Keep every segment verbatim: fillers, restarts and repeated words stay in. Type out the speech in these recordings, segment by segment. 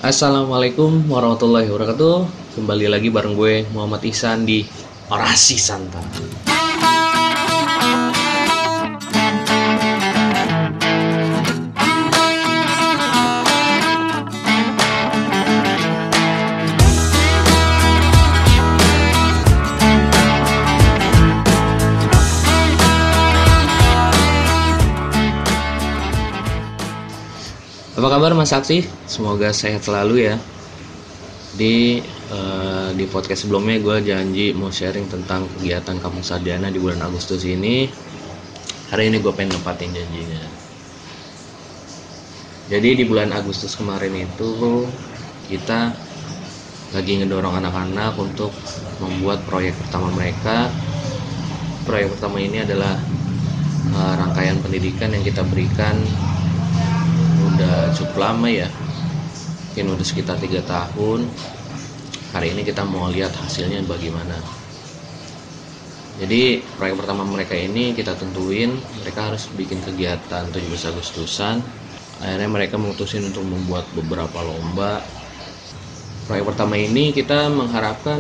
Assalamualaikum warahmatullahi wabarakatuh. Kembali lagi bareng gue Muhammad Ihsan di Orasi Santai. Apa kabar Mas Aksi? Semoga sehat selalu ya. Di uh, di podcast sebelumnya gue janji mau sharing tentang kegiatan Kampung Sarjana di bulan Agustus ini. Hari ini gue pengen nempatin janjinya. Jadi di bulan Agustus kemarin itu kita lagi ngedorong anak-anak untuk membuat proyek pertama mereka. Proyek pertama ini adalah uh, rangkaian pendidikan yang kita berikan udah cukup lama ya, mungkin udah sekitar tiga tahun. Hari ini kita mau lihat hasilnya bagaimana. Jadi proyek pertama mereka ini kita tentuin mereka harus bikin kegiatan tujuh belas Agustusan. Akhirnya mereka memutusin untuk membuat beberapa lomba. Proyek pertama ini kita mengharapkan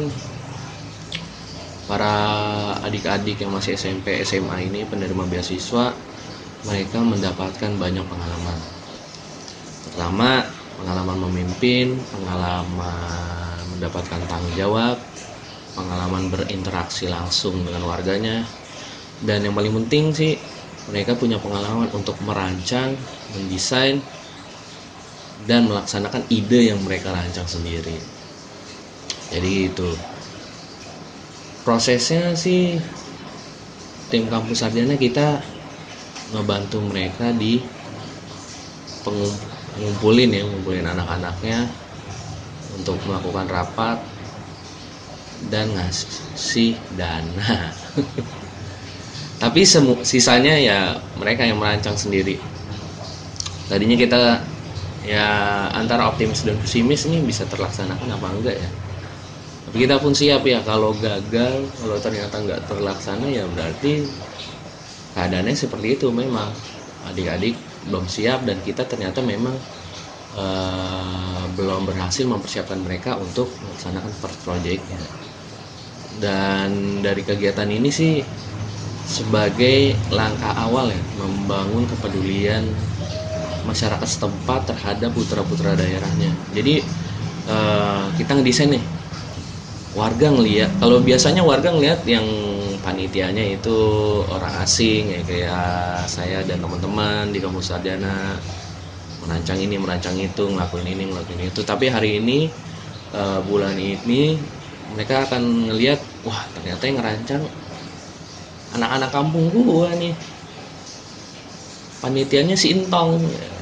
para adik-adik yang masih S M P, S M A ini penerima beasiswa, mereka mendapatkan banyak pengalaman. Pertama, pengalaman memimpin, pengalaman mendapatkan tanggung jawab, pengalaman berinteraksi langsung dengan warganya, dan yang paling penting sih mereka punya pengalaman untuk merancang, mendesain, dan melaksanakan ide yang mereka rancang sendiri. Jadi itu prosesnya sih, tim Kampus Sarjana kita ngebantu mereka di pengumpulan ngumpulin ya, ngumpulin anak-anaknya untuk melakukan rapat dan ngasih dana. Tapi semu- sisanya ya mereka yang merancang sendiri. Tadinya kita ya antara optimis dan pesimis ini bisa terlaksanakan apa enggak ya. Tapi kita pun siap ya, kalau gagal, kalau ternyata nggak terlaksana ya berarti keadaannya seperti itu. Memang adik-adik belum siap dan kita ternyata memang uh, belum berhasil mempersiapkan mereka untuk melaksanakan first project-nya. Dan dari kegiatan ini sih sebagai langkah awal ya, membangun kepedulian masyarakat setempat terhadap putra-putra daerahnya. Jadi uh, kita ngedesain nih, warga ngelihat, kalau biasanya warga ngelihat yang panitianya itu orang asing ya, kayak saya dan teman-teman di Kampus Sarjana merancang ini, merancang itu, ngelakuin ini, ngelakuin itu. Tapi hari ini uh, bulan ini mereka akan ngelihat, wah ternyata yang ngerancang anak-anak kampung gua nih, panitianya si Intong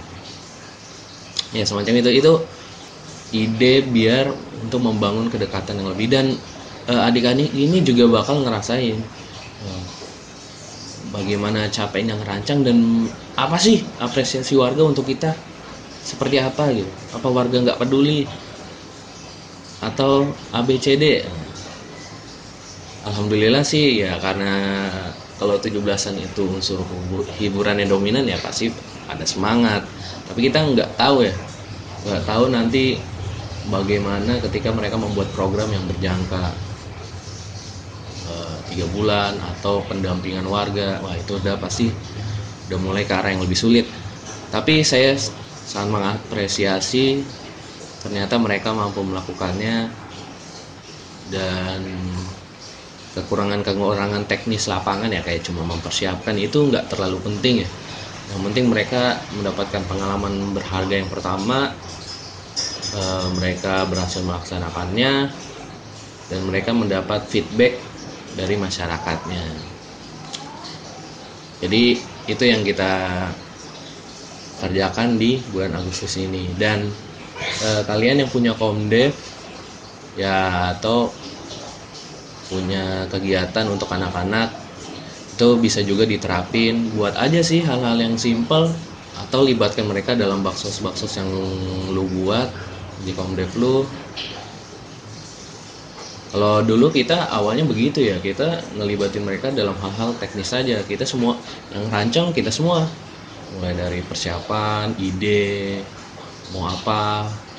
ya, semacam itu. Itu ide biar untuk membangun kedekatan yang lebih, dan uh, adik-adik ini juga bakal ngerasain uh, bagaimana capeknya ngerancang dan apa sih apresiasi warga untuk kita seperti apa gitu. Apa warga nggak peduli atau A B C D. Alhamdulillah sih ya, karena kalau tujuh belasan itu unsur hiburan yang dominan ya pasti ada semangat. Tapi kita nggak tahu ya, nggak tahu nanti bagaimana ketika mereka membuat program yang berjangka tiga bulan atau pendampingan warga. Wah itu udah pasti udah mulai ke arah yang lebih sulit. Tapi saya sangat mengapresiasi ternyata mereka mampu melakukannya, dan kekurangan-kekurangan teknis lapangan ya kayak cuma mempersiapkan itu nggak terlalu penting ya. Yang penting mereka mendapatkan pengalaman berharga yang pertama, e, mereka berhasil melaksanakannya, dan mereka mendapat feedback dari masyarakatnya. Jadi itu yang kita kerjakan di bulan Agustus ini. Dan e, kalian yang punya Komdev ya atau punya kegiatan untuk anak-anak, itu bisa juga diterapin. Buat aja sih hal-hal yang simple, atau libatkan mereka dalam baksos-baksos yang lu buat di Komdev lu. Kalau dulu kita awalnya begitu ya, kita ngelibatin mereka dalam hal-hal teknis saja. Kita semua yang rancang, kita semua, mulai dari persiapan, ide, mau apa,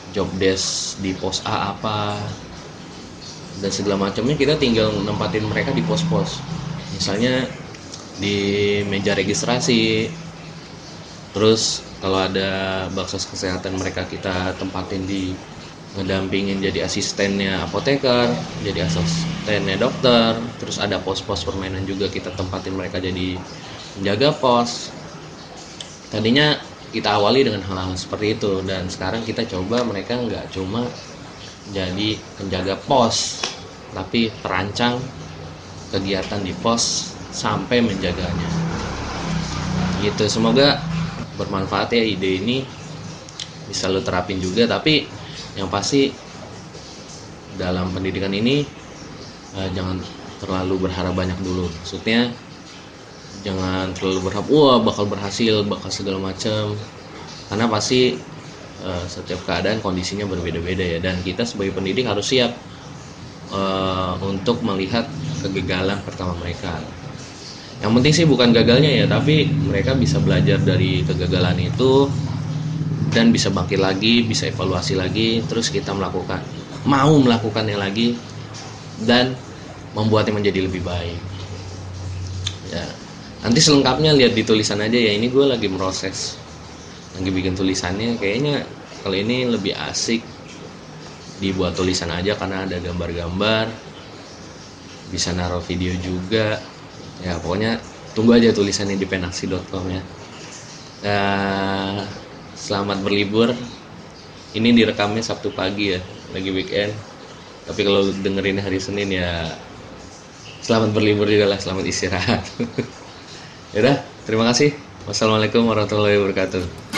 job desk di pos A apa dan segala macamnya, kita tinggal nempatin mereka di pos-pos. Misalnya di meja registrasi, terus kalau ada baksos kesehatan mereka kita tempatin di ngedampingin jadi asistennya apoteker, jadi asistennya dokter. Terus ada pos-pos permainan juga kita tempatin mereka jadi penjaga pos. Tadinya kita awali dengan hal-hal seperti itu, dan sekarang kita coba mereka nggak cuma jadi penjaga pos, tapi perancang kegiatan di pos sampai menjaganya gitu. Semoga bermanfaat ya ide ini, bisa lo terapin juga. Tapi yang pasti dalam pendidikan ini eh, jangan terlalu berharap banyak dulu. Maksudnya jangan terlalu berharap wah bakal berhasil, bakal segala macam, karena pasti uh, setiap keadaan kondisinya berbeda-beda ya, dan kita sebagai pendidik harus siap uh, untuk melihat kegagalan pertama mereka. Yang penting sih bukan gagalnya ya, tapi mereka bisa belajar dari kegagalan itu dan bisa bangkit lagi, bisa evaluasi lagi, terus kita melakukan mau melakukannya lagi dan membuatnya menjadi lebih baik ya. Nanti selengkapnya lihat di tulisan aja ya. Ini gue lagi proses, lagi bikin tulisannya. Kayaknya kalau ini lebih asik dibuat tulisan aja karena ada gambar-gambar, bisa naruh video juga. Ya pokoknya tunggu aja tulisannya di penaksi dot com ya. Nah, selamat berlibur. Ini direkamnya Sabtu pagi ya, lagi weekend. Tapi kalau dengerin hari Senin ya selamat berlibur juga lah, selamat istirahat. Yaudah, terima kasih. Wassalamualaikum warahmatullahi wabarakatuh.